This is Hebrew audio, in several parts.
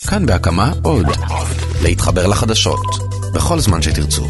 כאן בהקמה עוד. להתחבר לחדשות, בכל זמן שתרצו.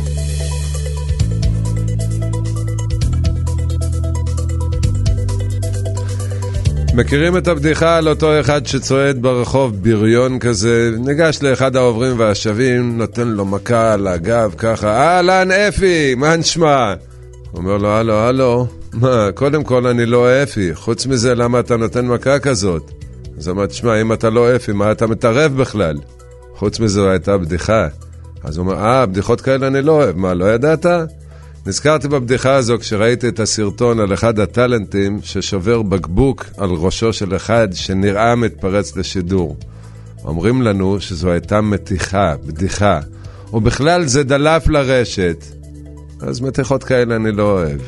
מכירים את הבדיחה על אותו אחד שצועד ברחוב בריון כזה, ניגש לאחד העוברים והשבים, נותן לו מכה על הגב ככה, אהלן אפי, מה נשמע? אומר לו, הלו, מה, קודם כל אני לא אפי, חוץ מזה למה אתה נותן מכה כזאת? אז אמר, תשמע, אם אתה לא אפי, מה אתה מתערב בכלל? חוץ מזה הייתה בדיחה. אז הוא אומר, בדיחות כאלה אני לא אוהב, מה, לא ידעת? נזכרתי בבדיחה הזו כשראיתי את הסרטון על אחד הטלנטים ששובר בקבוק על ראשו של אחד שנראה מתפרץ לשידור. אומרים לנו שזו הייתה מתיחה, בדיחה, ובכלל זה דלף לרשת. אז מתיחות כאלה אני לא אוהב.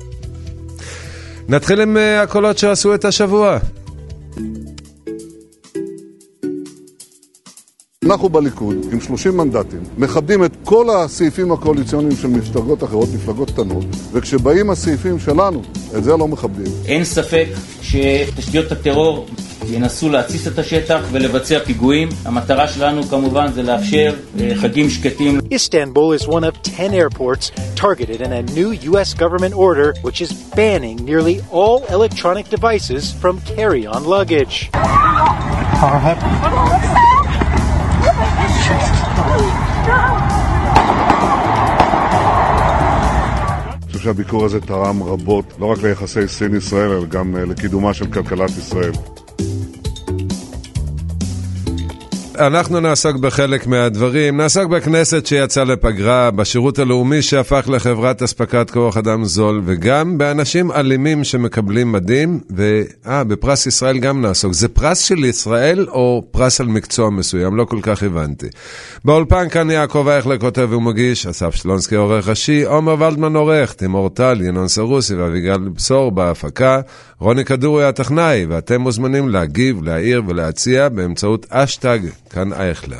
נתחיל עם הקולות שעשו את השבוע. אנחנו בליכוד עם 30 מנדטים מכבדים את כל הסעיפים הקואליציוניים של מפלגות אחרות, מפלגות קטנות, וכשבאים הסעיפים שלנו, את זה לא מכבדים. אין ספק שתשתיות הטרור ינסו להציס את השטח ולבצע פיגועים. המטרה שלנו כמובן זה לאפשר חגים שקטים. Istanbul is one of 10 airports targeted in a new US government order which is banning nearly all electronic devices from carry-on luggage. אני חושב שהביקור הזה תרם רבות, לא רק ליחסי סין-ישראל, אלא גם לקידומה של כלכלת ישראל. אנחנו נעסוק בחלק מהדברים, נעסוק בכנסת שיצא לפגרה, בשירות הלאומי שהפך לחברת הספקת כוח אדם זול, וגם באנשים אלימים שמקבלים מדים, בפרס ישראל גם נעסוק. זה פרס של ישראל או פרס על מקצוע מסוים? לא כל כך הבנתי. באולפן כאן יעקב אייכלר כותב ומגיש, אסף שלונסקי עורך ראשי, עומר ולדמן עורך, תימור טל, ינון סרוסי ואביגל בשור בהפקה, רוני כדורי הטכנאי, ואתם מוזמנים להגיב, להעיר ולהציע באמצעות אשטג כאן אייכלר.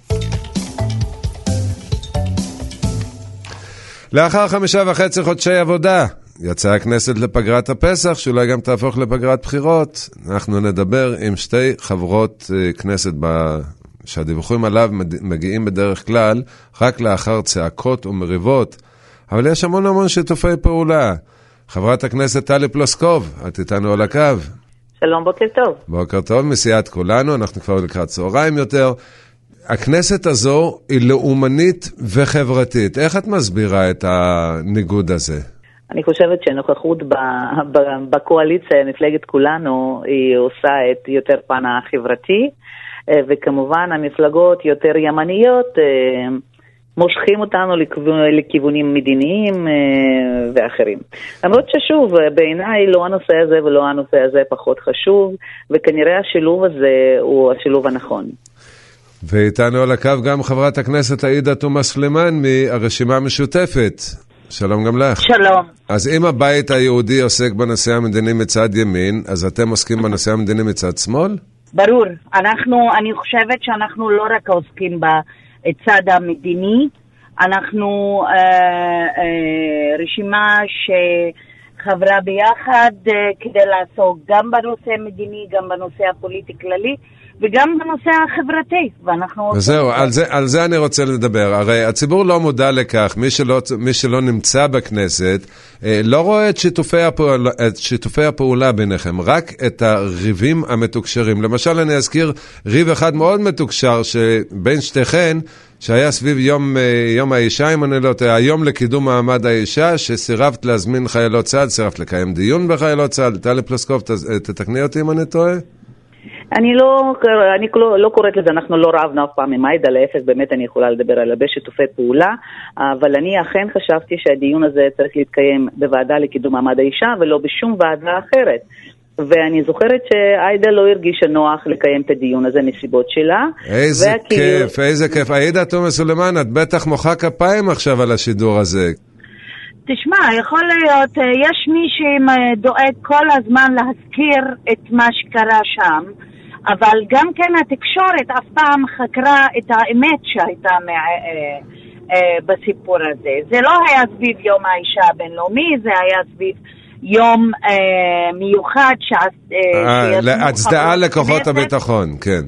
לאחר 5.5 חודשי עבודה יצאה הכנסת לפגרת הפסח, שאולי גם תהפוך לפגרת בחירות. אנחנו נדבר עם שתי חברות כנסת שהדיווחים עליו מגיעים בדרך כלל רק לאחר צעקות ומריבות, אבל יש המון שיתופי פעולה. חברת הכנסת טלי פלוסקוב, את איתנו על הקו. שלום, בוקר טוב. בוקר טוב, מסיעת כולנו, אנחנו כבר לקראת צהריים יותר. הכנסת הזו היא לאומנית וחברתית. איך את מסבירה את הניגוד הזה? אני חושבת שהנוכחות בקואליציה, מפלגת כולנו, היא עושה את יותר פן החברתי, וכמובן המפלגות יותר ימניות מושכים אותנו לכיוונים מדיניים ואחרים. למרות ששוב, בעיניי לא הנושא הזה ולא הנושא הזה פחות חשוב, וכנראה השילוב הזה הוא השילוב הנכון. ואיתנו על הקו גם חברת הכנסת עאידה תומא סלימאן מהרשימה המשותפת. שלום גם לך. שלום. אז אם הבית היהודי עוסק בנושא המדיני מצד ימין, אז אתם עוסקים בנושא המדיני מצד שמאל? ברור. אני חושבת שאנחנו לא רק עוסקים בצד המדיני, אנחנו רשימה שחברה ביחד כדי לעסוק גם בנושא המדיני, גם בנושא הפוליטי כללי, וגם בנושא החברתי. וזהו, על זה אני רוצה לדבר. הרי הציבור לא מודע לכך, מי שלא נמצא בכנסת, לא רואה את שיתופי הפעולה ביניכם, רק את הריבים המתוקשרים. למשל, אני אזכיר ריב אחד מאוד מתוקשר שבין שתיכן, שהיה סביב יום האישה, אם אני לא טועה, היום לקידום מעמד האישה, שסירבת להזמין חיילות צה"ל, סירבת לקיים דיון בחיילות צה"ל. טלי פלוסקוב, תתקני אותי אם אני טועה? אני לא קוראת לזה, אנחנו לא רבנו אף פעם עם עאידה, להפך, באמת אני יכולה לדבר על הרבה שיתופי פעולה, אבל אני אכן חשבתי שהדיון הזה צריך להתקיים בוועדה לקידום מעמד האישה, ולא בשום ועדה אחרת. ואני זוכרת שעאידה לא הרגישה נוח לקיים את הדיון הזה מסיבות שלה. איזה כיף. עאידה תומא סלימאן, את בטח מוחא כפיים עכשיו על השידור הזה. תשמע, יכול להיות, יש מי שדואג כל הזמן להזכיר את מה שקרה שם, אבל גם כן התקשורת אף פעם חקרה את האמת שהייתה בסיפור הזה. זה לא היה סביב יום האישה הבינלאומי, זה היה סביב יום מיוחד להצדעה לכוחות הביטחון, כן.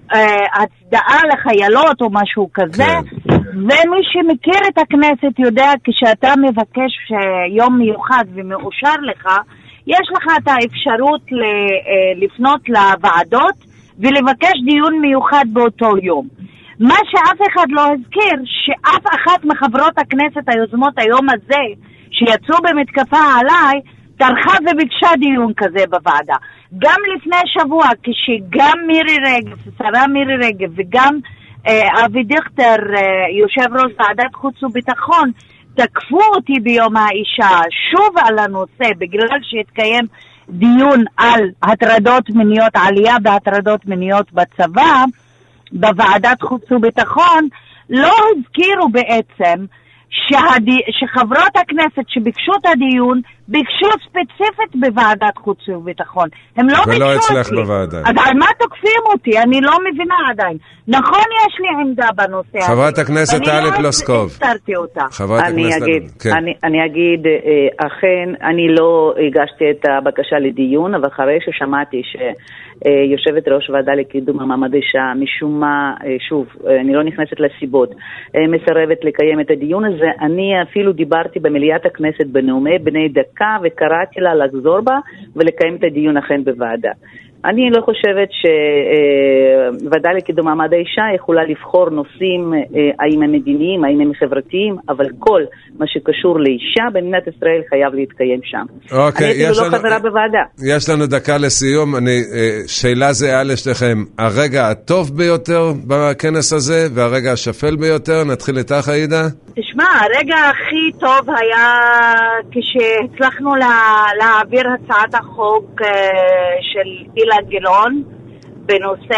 הצדעה לחיילות או משהו כזה, ומי שמכיר את הכנסת יודע כשאתה מבקש יום מיוחד ומאושר לך, יש לך את האפשרות לפנות לוועדות ולבקש דיון מיוחד באותו יום. מה שאף אחד לא הזכיר, שאף אחת מחברות הכנסת היוזמות היום הזה שיצאו במתקפה עליי טרחה וביקשה דיון כזה בוועדה. גם לפני שבוע כשגם מירי רגב, שרה מירי רגב וגם אבי דיכטר, יושב ראש ועדת חוץ וביטחון, תקפו אותי ביום האישה שוב על הנושא בגלל שהתקיים דיון על הטרדות מיניות, עלייה בהטרדות מיניות בצבא בוועדת חוץ וביטחון, לא הזכירו בעצם שחברות הכנסת שביקשו את הדיון ביקשו ספציפית בוועדת חוץ וביטחון. הם לא ביקשו ולא אצלך בוועדה. אז על מה תוקפים אותי? אני לא מבינה עדיין. נכון, יש לי עמדה בנושא הזה. חברת הכנסת טלי פלוסקוב. הסתרתי אותה. אני אגיד, אכן, אני לא הגשתי את הבקשה לדיון, אבל אחרי ששמעתי שיושבת ראש ועדה לקידום המעמד האישה, משום מה, שוב, אני לא נכנסת לסיבות, מסרבת לקיים את הדיון הזה, אני אפילו דיברתי במליאת הכנסת בנאומי בני דקה, וקראתי לה לחזור בה ולקיים את הדיון אכן בוועדה. אני לא חושבת שוועדה לקידום מעמד האישה יכולה לבחור נושאים, האם הם מדיניים, האם הם חברתיים, אבל כל מה שקשור לאישה במדינת ישראל חייב להתקיים שם. אוקיי, אני אפילו לא חברה בוועדה. יש לנו דקה לסיום. שאלה זהה לשתיכם. הרגע הטוב ביותר בכנס הזה והרגע השפל ביותר, נתחיל איתך עאידה. תשמע, הרגע הכי טוב היה כשהצלחנו להעביר הצעת החוק של אילן גילאון בנושא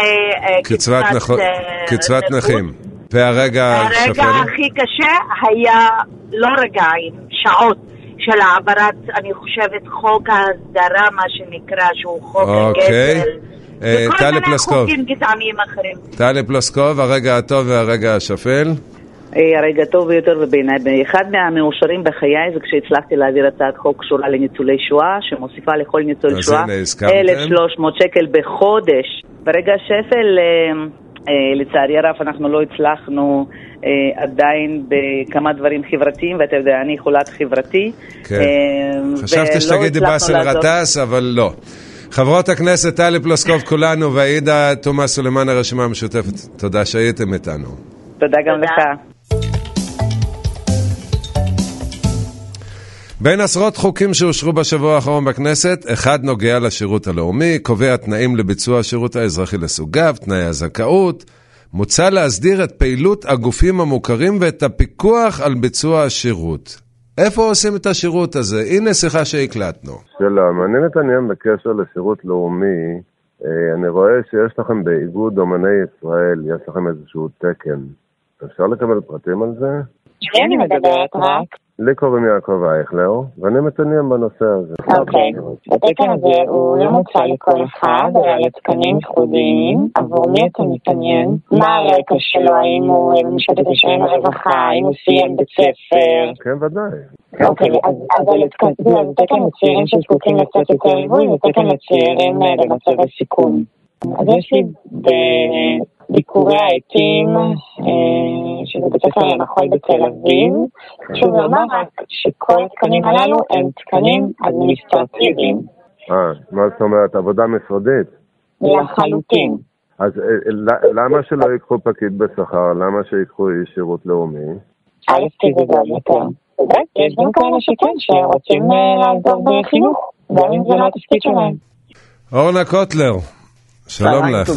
קצבת נכים. והרגע השפל? הרגע הכי קשה היה לא רגעים, שעות של העברת, אני חושבת, חוק ההסדרה, מה שנקרא, שהוא חוק הגזל. וכל מיני חוקים גזעניים אחרים. טלי פלוסקוב, הרגע הטוב והרגע השפל? הרגע הטוב ביותר ובעיניי, אחד מהמאושרים בחיי זה כשהצלחתי להעביר הצעת חוק קשורה לניצולי שואה, שמוסיפה לכל ניצול שואה 1,300 שקל בחודש. ברגע השפל, לצערי הרב, אנחנו לא הצלחנו עדיין בכמה דברים חברתיים, ואתה יודע, אני חולת חברתי. חשבתי שתגידי באסל רטס, אבל לא. חברות הכנסת טלי פלוסקוב כולנו ועאידה תומא סלימאן, הרשימה המשותפת, תודה שהייתם איתנו. תודה גם לך. בין עשרות חוקים שאושרו בשבוע האחרון בכנסת, אחד נוגע לשירות הלאומי, קובע תנאים לביצוע השירות האזרחי לסוגיו, תנאי הזכאות. מוצע להסדיר את פעילות הגופים המוכרים ואת הפיקוח על ביצוע השירות. איפה עושים את השירות הזה? הנה שיחה שהקלטנו. שלום, אני מתעניין בקשר לשירות לאומי. אני רואה שיש לכם באיגוד אומני ישראל, יש לכם איזשהו תקן. אפשר לקבל פרטים על זה? אני מדברת רק. לי קוראים יעקב אייכלר, ואני מתעניין בנושא הזה. אוקיי. התקן הזה הוא לא מוצא לכל אחד, אלא לתקנים ייחודיים. עבור מי אתה מתעניין? מה הרקע שלו? האם הוא משתתף בשם הרווחה? האם הוא סיים בית ספר? כן, ודאי. אוקיי, אז זה תקן לצעירים שזקוקים לצאת יותר ליווי, ותקן לצעירים במצב הסיכון. אז יש לי ביקורי העיתים, שזה בית ספר למחול בתל אביב. חשוב לומר רק שכל התקנים הללו הם תקנים אדמיניסטרטיביים. מה זאת אומרת? עבודה משרדית? לחלוטין. אז למה שלא ייקחו פקיד בשכר? למה שיקחו איש שירות לאומי? א' כי זה גם יותר. יש גם כאלה שכן שרוצים לעזור בחינוך, גם אם זה לא התפקיד שלהם. אורנה קוטלר, שלום לך.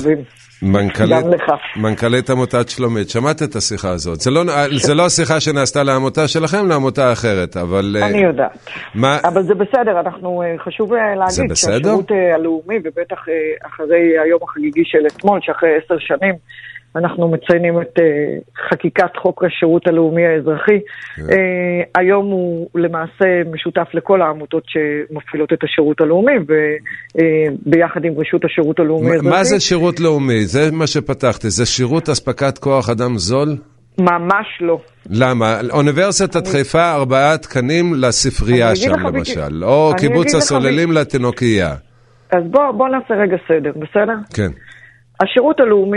מנכ"לית עמותת שלומית, שמעת את השיחה הזאת? זה לא שיחה שנעשתה לעמותה שלכם, לעמותה אחרת, אבל... אני יודעת. אבל זה בסדר, חשוב להגיד שהשירות הלאומי, ובטח אחרי היום החגיגי של אתמול, שאחרי 10 שנים, אנחנו מציינים את חקיקת חוק השירות הלאומי האזרחי. היום הוא למעשה משותף לכל העמותות שמפעילות את השירות הלאומי, וביחד עם רשות השירות הלאומי האזרחי. מה זה שירות לאומי? זה מה שפתחתי. זה שירות אספקת כוח אדם זול? ממש לא. למה? אוניברסיטת חיפה 4 תקנים לספרייה שם למשל, או קיבוץ הסוללים לתינוקייה. אז בוא נעשה רגע סדר, בסדר? כן. השירות הלאומי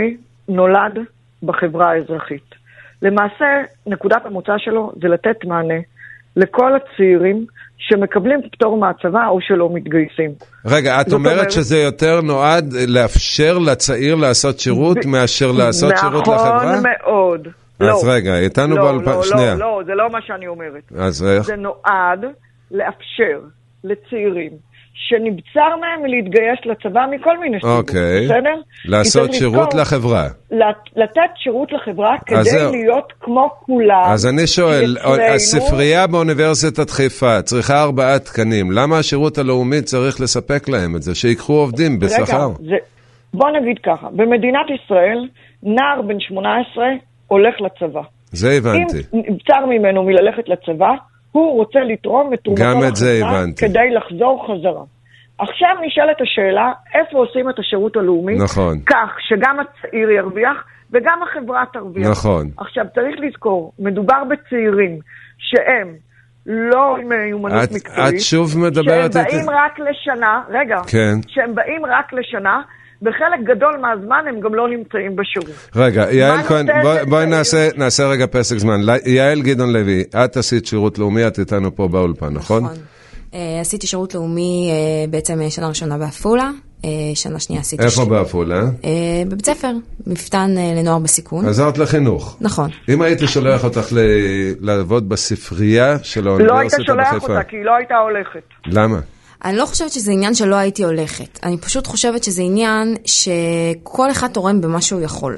נולד בחברה האזרחית. למעשה, נקודת המוצא שלו זה לתת מענה לכל הצעירים שמקבלים פטור מהצבא או שלא מתגייסים. רגע, את אומרת שזה יותר נועד לאפשר לצעיר לעשות שירות מאשר לעשות שירות לחברה? נכון מאוד. אז רגע, איתנו באולפן, שנייה. לא, זה לא מה שאני אומרת. אז איך? זה נועד לאפשר לצעירים שנבצר מהם להתגייס לצבא מכל מיני סיבות, אוקיי. בסדר? לעשות שירות לחברה. לתת שירות לחברה כדי להיות כמו כולם. אז אני שואל, הספרייה באוניברסיטת חיפה צריכה 4 תקנים, למה השירות הלאומי צריך לספק להם את זה? שיקחו עובדים בשכר? רגע, בוא נגיד ככה, במדינת ישראל, נער בן 18 הולך לצבא. זה הבנתי. אם נבצר ממנו מללכת לצבא, הוא רוצה לתרום את תרומתו לחברה כדי לחזור חזרה. עכשיו נשאלת השאלה, איפה עושים את השירות הלאומי? נכון. כך שגם הצעיר ירוויח וגם החברה תרוויח. נכון. עכשיו צריך לזכור, מדובר בצעירים שהם לא עם מיומנות מקצועית. את שוב מדברת... שהם באים רק לשנה, רגע, כן. שהם באים רק לשנה, בחלק גדול מהזמן הם גם לא נמצאים בשירות. רגע, יעל כהן, בואי נעשה רגע פסק זמן. יעל גדעון לוי, את עשית שירות לאומי, את איתנו פה באולפן, נכון? נכון. עשיתי שירות לאומי בעצם שנה ראשונה בעפולה, שנה שנייה עשיתי... איפה בעפולה? בבית ספר, מפתן לנוער בסיכון. עזרת לחינוך. נכון. אם הייתי שולח אותך לעבוד בספרייה של האוניברסיטה בחיפה. לא היית שולח אותה, כי היא לא הייתה הולכת. למה? אני לא חושבת שזה עניין שלא הייתי הולכת. אני פשוט חושבת שזה עניין שכל אחד תורם במה שהוא יכול.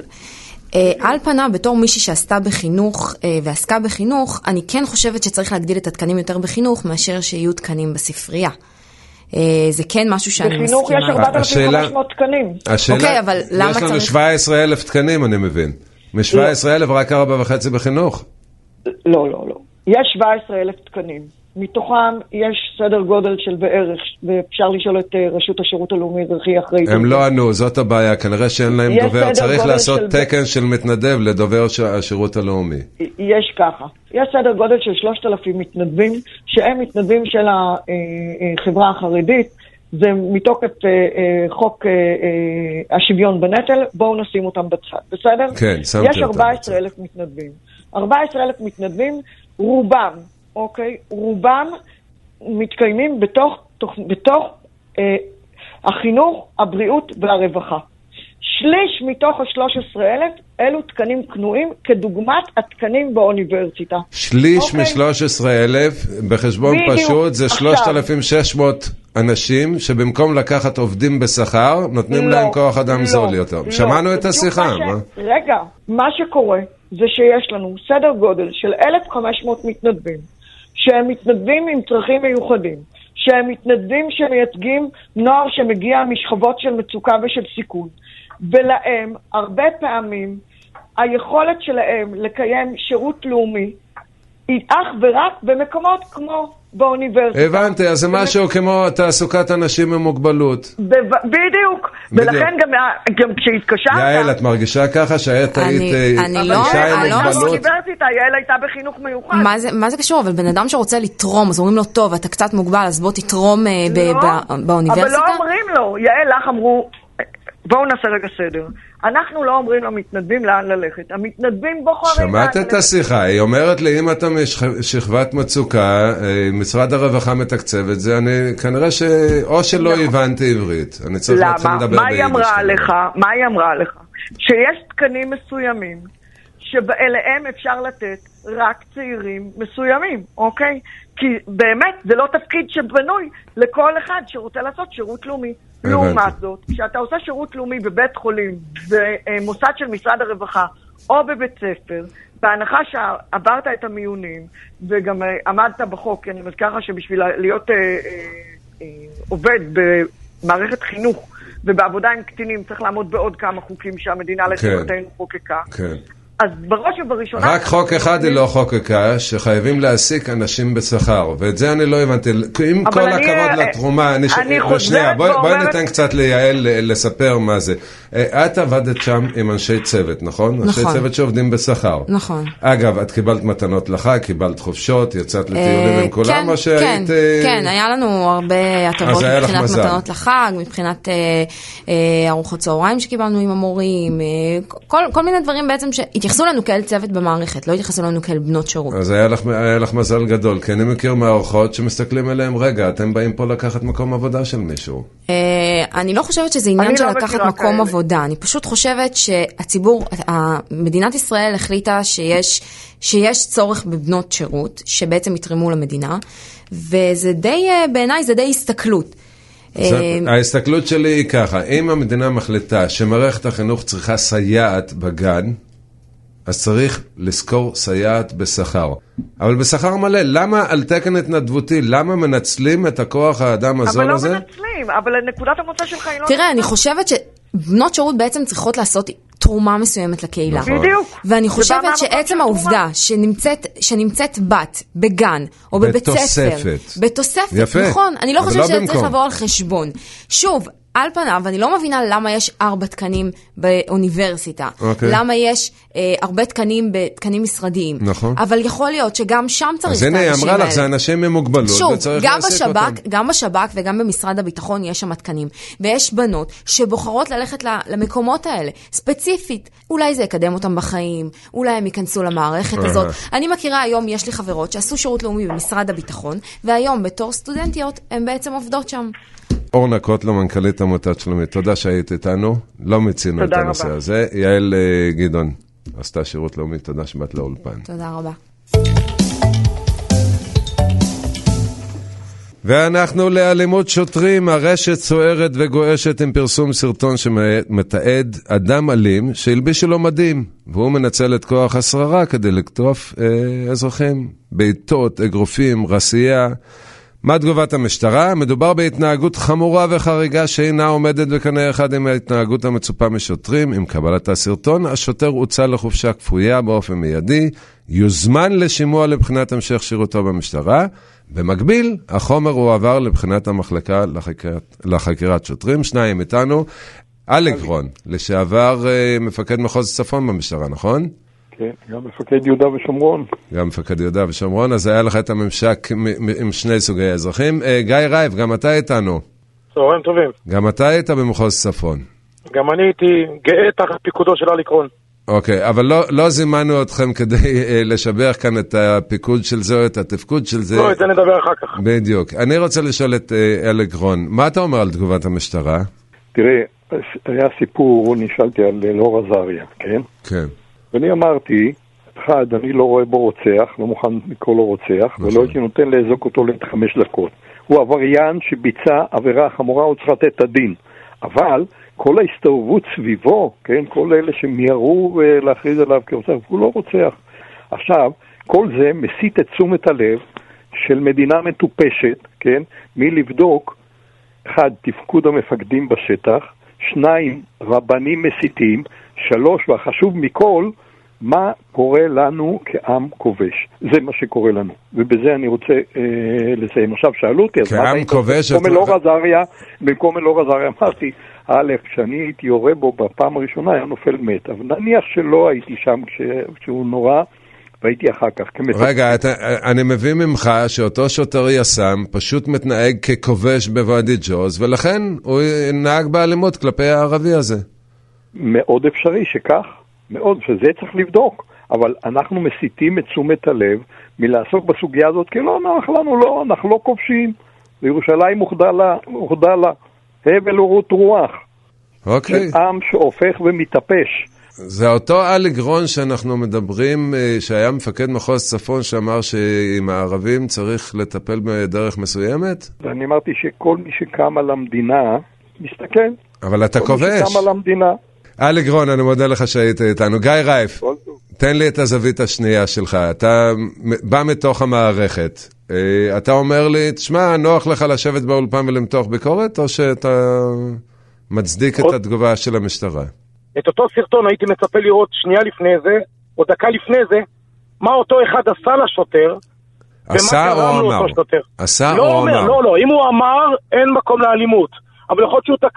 על פנה, בתור מישהי שעשתה בחינוך ועסקה בחינוך, אני כן חושבת שצריך להגדיל את התקנים יותר בחינוך, מאשר שיהיו תקנים בספרייה. זה כן משהו שאני מסכימה. בחינוך יש 4,500 תקנים. אוקיי, אבל למה צריך... יש לנו 17,000 תקנים, אני מבין. מ-17,000 רק 4.5 בחינוך? לא. יש 17,000 תקנים. מתוכם יש סדר גודל של בערך, ואפשר לשאול את רשות השירות הלאומי אזרחי אחרי... הם לא ענו, זאת הבעיה, כנראה שאין להם דובר, צריך לעשות תקן של מתנדב לדובר השירות הלאומי. יש ככה, יש סדר גודל של 3,000 מתנדבים, שהם מתנדבים של החברה החרדית, זה מתוקף חוק השוויון בנטל, בואו נשים אותם בצד, בסדר? כן, שמתי אותם. יש 14,000 מתנדבים. 14,000 מתנדבים, רובם, אוקיי, רובם מתקיימים בתוך החינוך, הבריאות והרווחה. שליש מתוך ה-13,000 אלו תקנים קנויים כדוגמת התקנים באוניברסיטה. שליש מ-13,000 בחשבון פשוט זה 3,600 אנשים שבמקום לקחת עובדים בשכר נותנים להם כוח אדם זול יותר. שמענו את השיחה. רגע, מה שקורה זה שיש לנו סדר גודל של 1,500 מתנדבים שהם מתנדבים עם צרכים מיוחדים, שהם מתנדבים שמייצגים נוער שמגיע משכבות של מצוקה ושל סיכון, ולהם הרבה פעמים היכולת שלהם לקיים שירות לאומי היא אך ורק במקומות כמו באוניברסיטה. הבנתי, אז זה משהו כמו תעסוקת אנשים עם מוגבלות. בדיוק. ולכן גם כשהתקשרת... יעל, את מרגישה ככה שהיית היית אישה עם מוגבלות? באוניברסיטה, יעל הייתה בחינוך מיוחד. מה זה קשור? אבל בן אדם שרוצה לתרום, אז אומרים לו, טוב, אתה קצת מוגבל, אז בוא תתרום באוניברסיטה? אבל לא אומרים לו. יעל, לך אמרו, בואו נעשה רגע סדר. אנחנו לא אומרים למתנדבים לאן ללכת. המתנדבים בוחרים... שמעת את השיחה, היא אומרת לי, אם אתה משכבת מצוקה, משרד הרווחה מתקצב את זה, אני כנראה או שלא הבנתי עברית. אני צריך להתחיל לדבר ביידיש. מה היא אמרה לך? שיש תקנים מסוימים, שאליהם אפשר לתת רק צעירים מסוימים, אוקיי? כי באמת זה לא תפקיד שבנוי לכל אחד שרוצה לעשות שירות לאומי. לעומת זאת, כשאתה עושה שירות לאומי בבית חולים, במוסד של משרד הרווחה, או בבית ספר, בהנחה שעברת את המיונים, וגם עמדת בחוק, כי אני מזכירה שבשביל להיות עובד במערכת חינוך, ובעבודה עם קטינים צריך לעמוד בעוד כמה חוקים שהמדינה לשמחתנו חוקקה. כן. אז בראש ובראשונה... רק חוק אחד היא לא חוקקה, שחייבים להעסיק אנשים בשכר, ואת זה אני לא הבנתי. עם כל הכבוד לתרומה, בואי ניתן קצת ליעל לספר מה זה. את עבדת שם עם אנשי צוות, נכון? אנשי צוות שעובדים בשכר. נכון. אגב, את קיבלת מתנות לחג, קיבלת חופשות, יצאת לטיולים עם כולם, או שהיית... כן, היה לנו הרבה הטבות מבחינת מתנות לחג, מבחינת ארוחות צהריים שקיבלנו עם המורים, כל מיני דברים בעצם שהתייחסו לנו כאל צוות במערכת, לא התייחסו לנו כאל בנות שירות. אז היה לך מזל גדול, כי אני מכיר מערכות שמסתכלים עליהם, רגע, אתם באים פה לקחת מקום עבודה של מישהו. אני לא חושבת שזה עניין של לקחת מקום עבודה, אני פשוט חושבת שהציבור, מדינת ישראל החליטה שיש צורך בבנות שירות, שבעצם יתרמו למדינה, וזה די, בעיניי זה די הסתכלות. ההסתכלות שלי היא ככה, אם המדינה מחליטה שמערכת החינוך צריכה סייעת בגן, אז צריך לזכור סייעת בשכר. אבל בשכר מלא, למה על תקן התנדבותי, למה מנצלים את הכוח האדם הזול הזה? אבל לא מנצלים, אבל נקודת המוצא שלך היא לא... תראה, אני חושבת שבנות שירות בעצם צריכות לעשות תרומה מסוימת לקהילה. בדיוק. ואני חושבת שעצם העובדה שנמצאת בת בגן או בבית ספר, בתוספת, נכון, אני לא חושבת שזה צריך לעבור על חשבון. שוב, על פניו, אני לא מבינה למה יש 4 תקנים באוניברסיטה. למה יש הרבה תקנים בתקנים משרדיים. נכון. אבל יכול להיות שגם שם צריך את האנשים האלה. אז הנה, היא אמרה לך, זה אנשים עם מוגבלות. שוב, גם בשב"כ וגם במשרד הביטחון יש שם תקנים. ויש בנות שבוחרות ללכת למקומות האלה. ספציפית, אולי זה יקדם אותם בחיים, אולי הם ייכנסו למערכת הזאת. אני מכירה היום, יש לי חברות שעשו שירות לאומי במשרד הביטחון, והיום בתור סטודנטיות הם בעצם עובדות שם. אורנה קוטלר, מנכ"לית עמותת שלומית, תודה שהיית איתנו, לא מצינו את הנושא הזה. יעל גדעון עשתה שירות לאומי, תודה שבאת לאולפן. תודה רבה. ואנחנו לאלימות שוטרים, הרשת סוערת וגועשת עם פרסום סרטון שמתעד אדם אלים שהלביש לו מדים, והוא מנצל את כוח השררה כדי לקטוף אזרחים, בעיטות, אגרופים, רסייה. מה תגובת המשטרה? מדובר בהתנהגות חמורה וחריגה שאינה עומדת בקנה אחד עם ההתנהגות המצופה משוטרים. עם קבלת הסרטון, השוטר הוצא לחופשה כפויה באופן מיידי, יוזמן לשימוע לבחינת המשך שירותו במשטרה. במקביל, החומר הועבר לבחינת המחלקה לחקירת שוטרים. שניים איתנו, אלק רון, לשעבר מפקד מחוז צפון במשטרה, נכון? כן, גם מפקד יהודה ושומרון. גם מפקד יהודה ושומרון, אז היה לך את הממשק עם שני סוגי האזרחים. גיא רייב, גם אתה איתנו. צהריים טובים. גם אתה היית במחוז צפון. גם אני הייתי גאה תחת פיקודו של אלק רון. אוקיי, אבל לא זימנו אתכם כדי לשבח כאן את הפיקוד של זה או את התפקוד של זה. לא, את זה נדבר אחר כך. בדיוק. אני רוצה לשאול את אלק רון, מה אתה אומר על תגובת המשטרה? תראה, היה סיפור, נשאלתי על אלאור עזריה, כן? כן. ואני אמרתי, אחד, אני לא רואה בו רוצח, לא מוכן לקרוא לו רוצח, ולא הייתי נותן לאזוק אותו ל5 דקות. הוא עבריין שביצע עבירה חמורה, הוא צריך לתת את הדין. אבל כל ההסתובבות סביבו, כן, כל אלה שמיירו להכריז עליו כרוצח, הוא לא רוצח. עכשיו, כל זה מסית את תשומת הלב של מדינה מטופשת, כן, מלבדוק, אחד, תפקוד המפקדים בשטח, 2, רבנים מסיתים, 3, והחשוב מכל, מה קורה לנו כעם כובש. זה מה שקורה לנו. ובזה אני רוצה לסיים. עכשיו שאלו אותי, כעם כובש? במקום אלאור עזריה אמרתי, א', כשאני הייתי יורה בו בפעם הראשונה היה נופל מת. אבל נניח שלא הייתי שם כשהוא נורא, והייתי אחר כך. רגע, אני מבין ממך שאותו שוטר יס"מ פשוט מתנהג ככובש בוואדי ג'וז, ולכן הוא נהג באלימות כלפי הערבי הזה. מאוד אפשרי שכך, מאוד, שזה צריך לבדוק. אבל אנחנו מסיתים את תשומת הלב מלעסוק בסוגיה הזאת, כי לא נוח לנו, לא, אנחנו לא כובשים. וירושלים הוחדה לה. הבל ורות רוח. אוקיי. של עם שהופך ומתאפש. זה אותו אלק רון שאנחנו מדברים, שהיה מפקד מחוז צפון, שאמר שעם הערבים צריך לטפל בדרך מסוימת? ואני אמרתי שכל מי שקם על המדינה, מסתכל. אבל אתה כובש. כל מי שקם על המדינה. אלק רון, אני מודה לך שהיית איתנו. גיא רייף, תן לי את הזווית השנייה שלך. אתה בא מתוך המערכת. אתה אומר לי, תשמע, נוח לך לשבת באולפן ולמתוח ביקורת, או שאתה מצדיק את התגובה של המשטרה? את אותו סרטון הייתי מצפה לראות שנייה לפני זה, או דקה לפני זה, מה אותו אחד עשה לשוטר, עשה או אמר? עשה או אמר? לא, אם הוא אמר, אין מקום לאלימות. אבל יכול להיות שהוא תקף,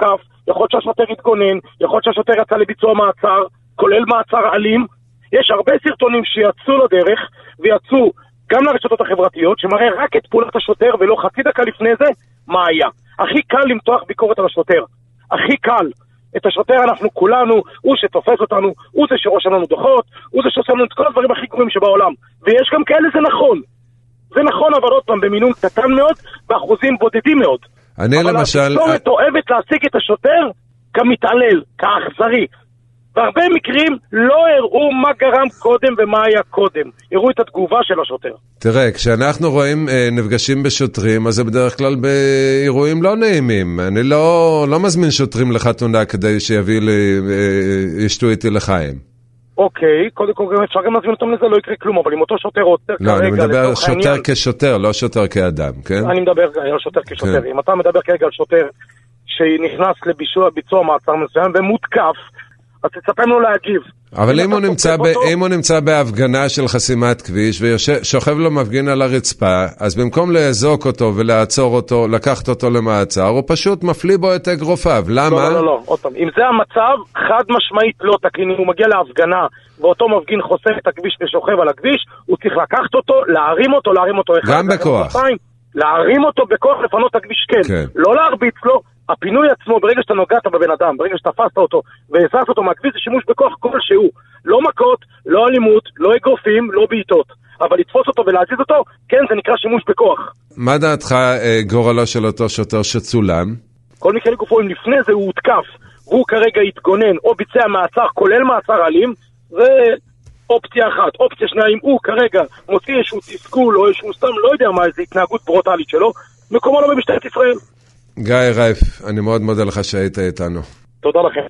יכול להיות שהשוטר התגונן, יכול להיות שהשוטר יצא לביצוע מעצר, כולל מעצר אלים. יש הרבה סרטונים שיצאו לדרך, ויצאו גם לרשתות החברתיות, שמראה רק את פעולת השוטר, ולא חצי דקה לפני זה, מה היה. הכי קל למתוח ביקורת על השוטר. הכי קל. את השוטר אנחנו כולנו, הוא שתופס אותנו, הוא זה שרושם לנו דוחות, הוא זה שעושה לנו את כל הדברים הכי גרועים שבעולם. ויש גם כאלה, זה נכון. זה נכון, אבל עוד פעם, במינון קטן מאוד, באחוזים בודדים מאוד. אני למשל... אבל התקשורת אוהבת להשיג את השוטר כמתעלל, כאכזרי. בהרבה מקרים לא הראו מה גרם קודם ומה היה קודם. הראו את התגובה של השוטר. תראה, כשאנחנו רואים נפגשים בשוטרים, אז זה בדרך כלל באירועים לא נעימים. אני לא מזמין שוטרים לחתונה כדי ישתו איתי לחיים. אוקיי, קודם כל אפשר גם להזמין אותם לזה, לא יקרה כלום, אבל אם אותו שוטר עוצר כרגע... לא, אני מדבר שוטר כשוטר, לא שוטר כאדם, כן? אני מדבר על שוטר כשוטר. אם אתה מדבר כרגע על שוטר שנכנס לביצוע מעצר מסוים ומותקף, אז תצפה לו להגיב. אבל אם הוא נמצא בהפגנה של חסימת כביש ושוכב לו מפגין על הרצפה, אז במקום לאזוק אותו ולעצור אותו, לקחת אותו למעצר, הוא פשוט מפליא בו את אגרופיו. למה? לא, עוד פעם. אם זה המצב, חד משמעית לא תקין. אם הוא מגיע להפגנה ואותו מפגין חוסם את הכביש ושוכב על הכביש, הוא צריך לקחת אותו, להרים אותו אחד. גם בכוח. להרים אותו בכוח, לפנות את הכביש, כן. לא להרביץ לו. הפינוי עצמו, ברגע שאתה נוגעת בבן אדם, ברגע שתפסת אותו והזזת אותו מהכביש, זה שימוש בכוח כלשהו. לא מכות, לא אלימות, לא אגרופים, לא בעיטות. אבל לתפוס אותו ולהזיז אותו, כן, זה נקרא שימוש בכוח. מה דעתך גורלו של אותו שוטר שצולם? כל מקרה לגופו, אם לפני זה הוא הותקף, והוא כרגע התגונן או ביצע מעצר, כולל מעצר אלים, זה אופציה אחת. אופציה שנייה, אם הוא כרגע מוציא איזשהו תסכול או איזשהו סתם, לא יודע מה, איזו התנהגות ברוטלית שלו, מקומו לא במשטרת ישראל. גיא רייף, אני מאוד מודה לך שהיית איתנו. תודה לכם.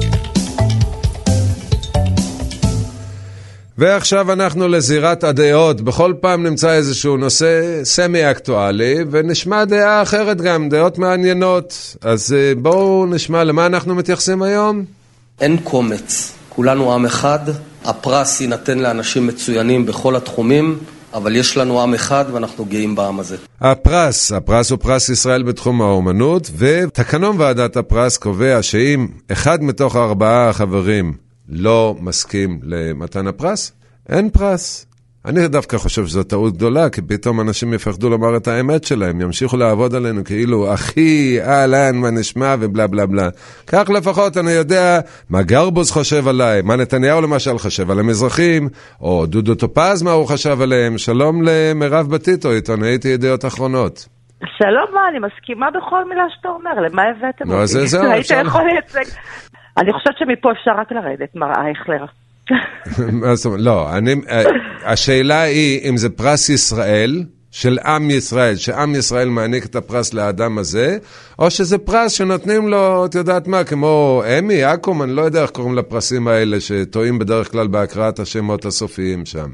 ועכשיו אנחנו לזירת הדעות. בכל פעם נמצא איזשהו נושא סמי-אקטואלי, ונשמע דעה אחרת גם, דעות מעניינות. אז בואו נשמע למה אנחנו מתייחסים היום. אין קומץ, כולנו עם אחד, הפרס יינתן לאנשים מצוינים בכל התחומים, אבל יש לנו עם אחד ואנחנו גאים בעם הזה. הפרס הוא פרס ישראל בתחום האומנות, ותקנון ועדת הפרס קובע שאם אחד מתוך 4 חברים לא מסכים למתן הפרס, אין פרס. אני דווקא חושב שזו טעות גדולה, כי פתאום אנשים יפחדו לומר את האמת שלהם, ימשיכו לעבוד עלינו כאילו, אחי, אהלן, מה נשמע ובלה בלה בלה. כך לפחות אני יודע מה גרבוז חושב עליי, מה נתניהו למשל חושב על המזרחים, או דודו טופז מה הוא חשב עליהם. שלום למירב בתיתו, עיתונאית ידיעות אחרונות. שלום, אני מסכימה בכל מילה שאתה אומר, למה הבאתם אותי? זהו, היית יכול לייצג. אני חושבת שמפה אפשר רק לרדת, מר אייכלר. לא, השאלה היא אם זה פרס ישראל של עם ישראל, שעם ישראל מעניק את הפרס לאדם הזה, או שזה פרס שנותנים לו, את יודעת מה, כמו אמי, אקום, אני לא יודע איך קוראים לפרסים האלה שטועים בדרך כלל בהקראת השמות הסופיים שם.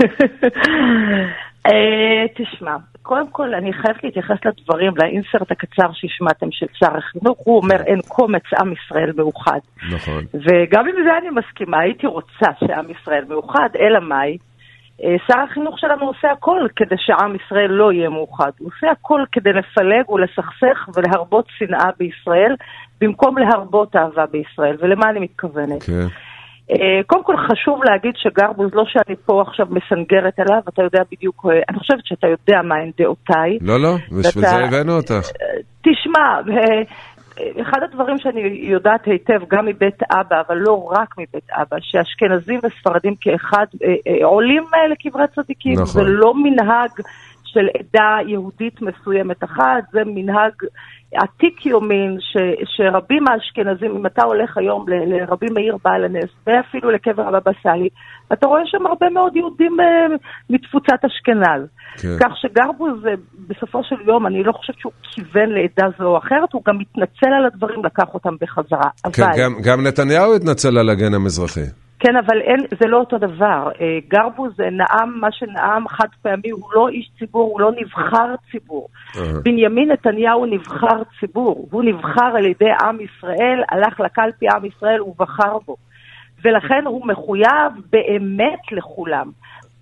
תשמע, קודם כל אני חייבת להתייחס לדברים, לאינסרט הקצר שהשמעתם של שר החינוך, הוא אומר אין קומץ עם ישראל מאוחד. נכון. וגם עם זה אני מסכימה, הייתי רוצה שעם ישראל מאוחד, אלא מאי, שר החינוך שלנו עושה הכל כדי שעם ישראל לא יהיה מאוחד. הוא עושה הכל כדי לפלג ולסכסך ולהרבות שנאה בישראל, במקום להרבות אהבה בישראל. ולמה אני מתכוונת? כן. קודם כל חשוב להגיד שגרבוז, לא שאני פה עכשיו מסנגרת עליו, אתה יודע בדיוק, אני חושבת שאתה יודע מה הן דעותיי. לא, בשביל זה הבאנו אותך. תשמע, אחד הדברים שאני יודעת היטב גם מבית אבא, אבל לא רק מבית אבא, שאשכנזים וספרדים כאחד עולים לקברי צדיקים. נכון. זה לא מנהג של עדה יהודית מסוימת אחת, זה מנהג עתיק יומין שרבים האשכנזים, אם אתה הולך היום לרבי מאיר בעל הנס, ואפילו לקבר הבבא סאלי, אתה רואה שם הרבה מאוד יהודים מתפוצת אשכנז. כן. כך שגרבוז בסופו של יום, אני לא חושבת שהוא כיוון לעדה זו או אחרת, הוא גם מתנצל על הדברים, לקח אותם בחזרה. כן, אבל... גם נתניהו התנצל על הגן המזרחי. כן, אבל זה לא אותו דבר. גרבוז נעם מה שנעם חד פעמי, הוא לא איש ציבור, הוא לא נבחר ציבור. בנימין נתניהו נבחר ציבור, הוא נבחר על ידי עם ישראל, הלך לקלפי עם ישראל ובחר בו. ולכן הוא מחויב באמת לכולם.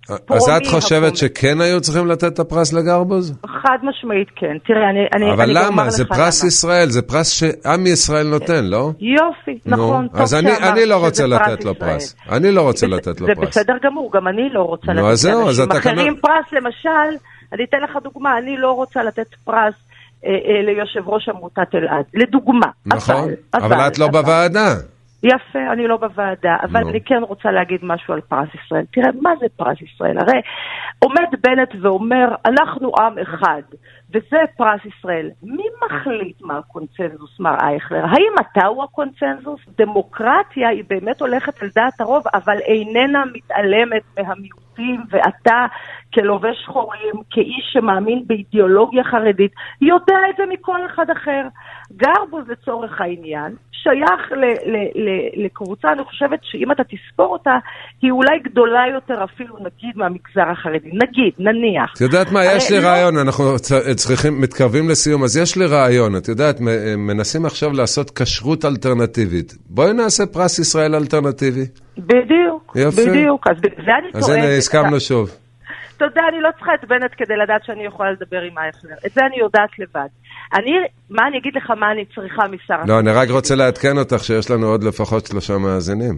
אז את חושבת שכן היו צריכים לתת את הפרס לגרבוז? חד משמעית כן. תראה, אני אבל למה? זה פרס ישראל, זה פרס שעם ישראל נותן, לא? יופי, נכון. אז אני לא רוצה לתת לו פרס. אני לא רוצה לתת לו פרס. זה בסדר גמור, גם אני לא רוצה לתת לאנשים אחרים פרס. למשל, אני אתן לך דוגמה, אני לא רוצה לתת פרס ליושב ראש עמותת אלעד, לדוגמה. נכון, אבל את לא בוועדה. יפה, אני לא בוועדה, אבל אני כן רוצה להגיד משהו על פרס ישראל. תראה, מה זה פרס ישראל? הרי עומד בנט ואומר, אנחנו עם אחד, וזה פרס ישראל. מי מחליט מה הקונצנזוס, מר אייכלר? האם אתה הוא הקונצנזוס? דמוקרטיה היא באמת הולכת על דעת הרוב, אבל איננה מתעלמת מהמיעוטים, ואתה כלובש שחורים, כאיש שמאמין באידיאולוגיה חרדית, יודע את זה מכל אחד אחר. גרבוז לצורך העניין, שייך לקבוצה, אני חושבת שאם אתה תספור אותה, היא אולי גדולה יותר אפילו, נגיד, מהמגזר החרדי. נגיד, נניח. את יודעת מה, יש לי רעיון, אנחנו מתקרבים לסיום, אז יש לי רעיון, את יודעת, מנסים עכשיו לעשות כשרות אלטרנטיבית. בואי נעשה פרס ישראל אלטרנטיבי. בדיוק, בדיוק. אז בזה אני טוענת. אז הנה, הסכמנו שוב. תודה, אני לא צריכה את בנט כדי לדעת שאני יכולה לדבר עם אייכלר. את זה אני יודעת לבד. אני אגיד לך מה אני צריכה משר? לא, אני רק רוצה לעדכן אותך שיש לנו עוד לפחות 3 מאזינים.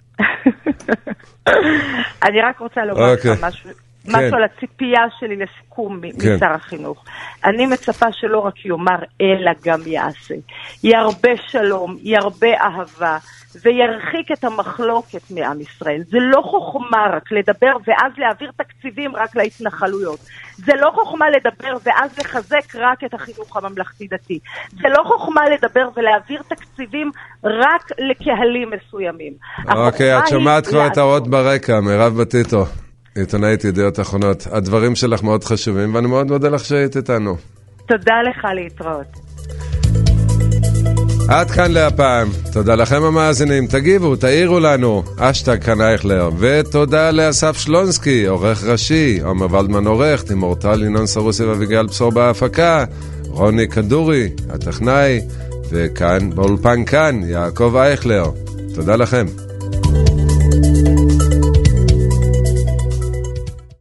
אני רק רוצה לומר לך משהו על הציפייה שלי לסיכום משר החינוך. אני מצפה שלא רק יאמר, אלא גם יעשה. ירבה שלום, ירבה אהבה, וירחיק את המחלוקת מעם ישראל. זה לא חוכמה רק לדבר ואז להעביר תקציבים רק להתנחלויות. זה לא חוכמה לדבר ואז לחזק רק את החינוך הממלכתי דתי. זה לא חוכמה לדבר ולהעביר תקציבים רק לקהלים מסוימים. אוקיי, את שומעת כבר את האות ברקע, מירב בטיטו, עיתונאית ידיעות אחרונות. הדברים שלך מאוד חשובים, ואני מאוד מודה לך שהיית איתנו. תודה לך, להתראות. עד כאן להפעם. תודה לכם המאזינים, תגיבו, תעירו לנו, אשטג כאן אייכלר, ותודה לאסף שלונסקי, עורך ראשי, עומר ולדמן עורך, תימור טל, ינון סרוסי ואביגל בשור בהפקה, רוני כדורי, הטכנאי, וכאן באולפן כאן, יעקב אייכלר. תודה לכם.